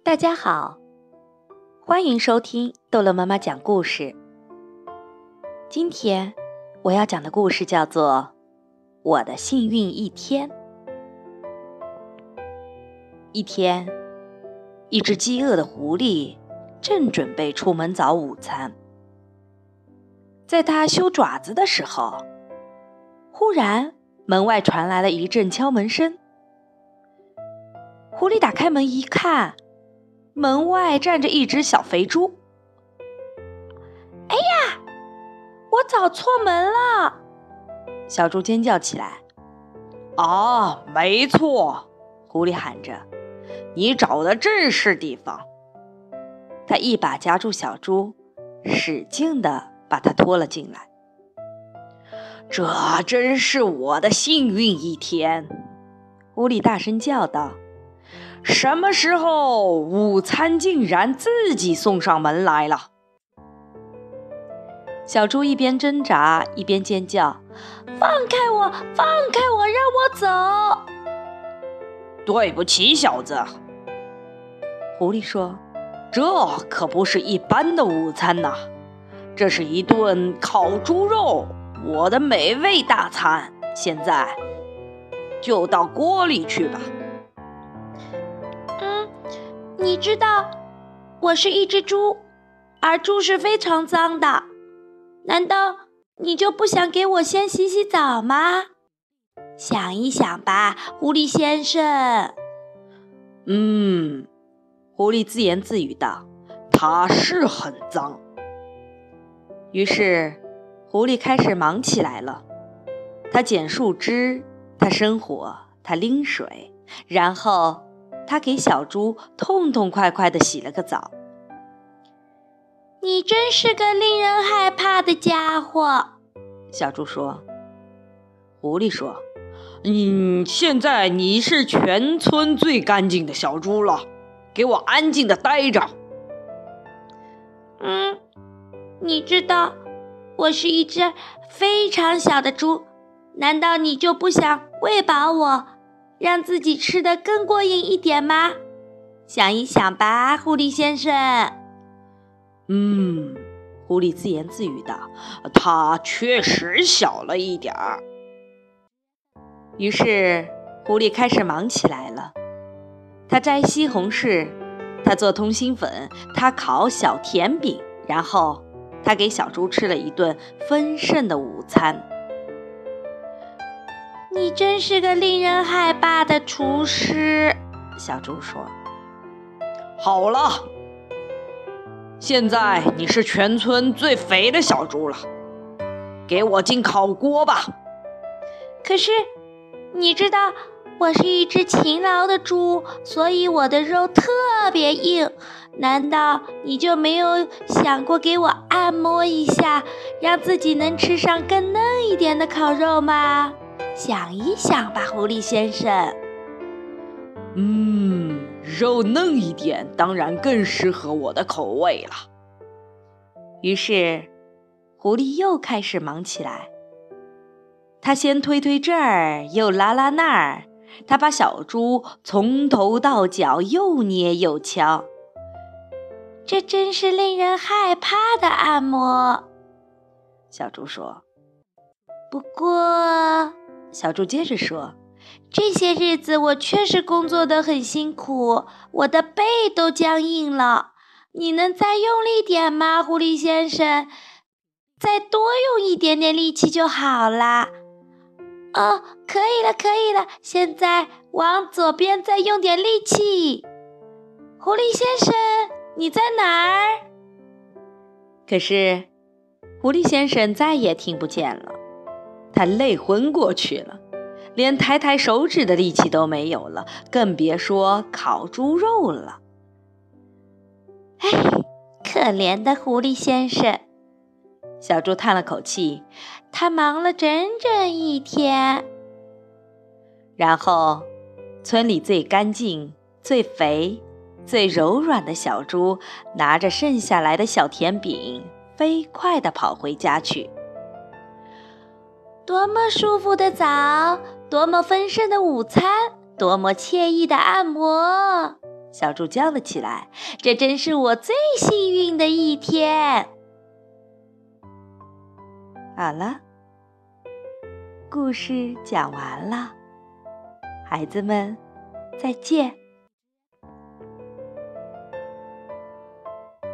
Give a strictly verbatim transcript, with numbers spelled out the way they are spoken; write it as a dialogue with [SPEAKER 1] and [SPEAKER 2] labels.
[SPEAKER 1] 大家好，欢迎收听逗乐妈妈讲故事。今天我要讲的故事叫做我的幸运一天。一天，一只饥饿的狐狸正准备出门找午餐。在它修爪子的时候，忽然门外传来了一阵敲门声。狐狸打开门一看，门外站着一只小肥猪。哎呀，我找错门了！小猪尖叫起来。
[SPEAKER 2] 啊，没错，狐狸喊着，你找的正是地方。
[SPEAKER 1] 他一把夹住小猪，使劲地把它拖了进来。
[SPEAKER 2] 这真是我的幸运一天，
[SPEAKER 1] 狐狸大声叫道。
[SPEAKER 2] 什么时候午餐竟然自己送上门来了？
[SPEAKER 1] 小猪一边挣扎一边尖叫，放开我，放开我，让我走！
[SPEAKER 2] 对不起，小子，
[SPEAKER 1] 狐狸说，
[SPEAKER 2] 这可不是一般的午餐呐，这是一顿烤猪肉，我的美味大餐，现在就到锅里去吧。
[SPEAKER 1] 你知道我是一只猪，而猪是非常脏的，难道你就不想给我先洗洗澡吗？想一想吧，狐狸先生。
[SPEAKER 2] 嗯，
[SPEAKER 1] 狐狸自言自语道，
[SPEAKER 2] 它是很脏。
[SPEAKER 1] 于是狐狸开始忙起来了，它捡树枝，它生火，它拎水，然后他给小猪痛痛快快地洗了个澡。你真是个令人害怕的家伙，小猪说。
[SPEAKER 2] 狐狸说，嗯，现在你是全村最干净的小猪了，给我安静地待着。
[SPEAKER 1] 嗯，你知道我是一只非常小的猪，难道你就不想喂饱我，让自己吃得更过瘾一点吗？想一想吧，狐狸先生。
[SPEAKER 2] 嗯，狐狸自言自语道，它确实小了一点儿。
[SPEAKER 1] 于是狐狸开始忙起来了，它摘西红柿，它做通心粉，它烤小甜饼，然后它给小猪吃了一顿丰盛的午餐。你真是个令人害怕的厨师，小猪说。
[SPEAKER 2] 好了，现在你是全村最肥的小猪了，给我进烤锅吧。
[SPEAKER 1] 可是你知道我是一只勤劳的猪，所以我的肉特别硬，难道你就没有想过给我按摩一下，让自己能吃上更嫩一点的烤肉吗？想一想吧，狐狸先生。
[SPEAKER 2] 嗯，肉嫩一点当然更适合我的口味了。
[SPEAKER 1] 于是狐狸又开始忙起来，他先推推这儿，又拉拉那儿，他把小猪从头到脚又捏又敲。这真是令人害怕的按摩，小猪说。不过小猪接着说，这些日子我确实工作得很辛苦，我的背都僵硬了。你能再用力点吗，狐狸先生？再多用一点点力气就好啦。哦，可以了，可以了，现在往左边再用点力气。狐狸先生，你在哪儿？可是狐狸先生再也听不见了，他累昏过去了，连抬抬手指的力气都没有了，更别说烤猪肉了。哎，可怜的狐狸先生，小猪叹了口气，他忙了整整一天。然后村里最干净、最肥、最柔软的小猪拿着剩下来的小甜饼，飞快地跑回家去。多么舒服的早，多么丰盛的午餐，多么惬意的按摩！ 小猪叫了起来，这真是我最幸运的一天。好了，故事讲完了，孩子们，再见。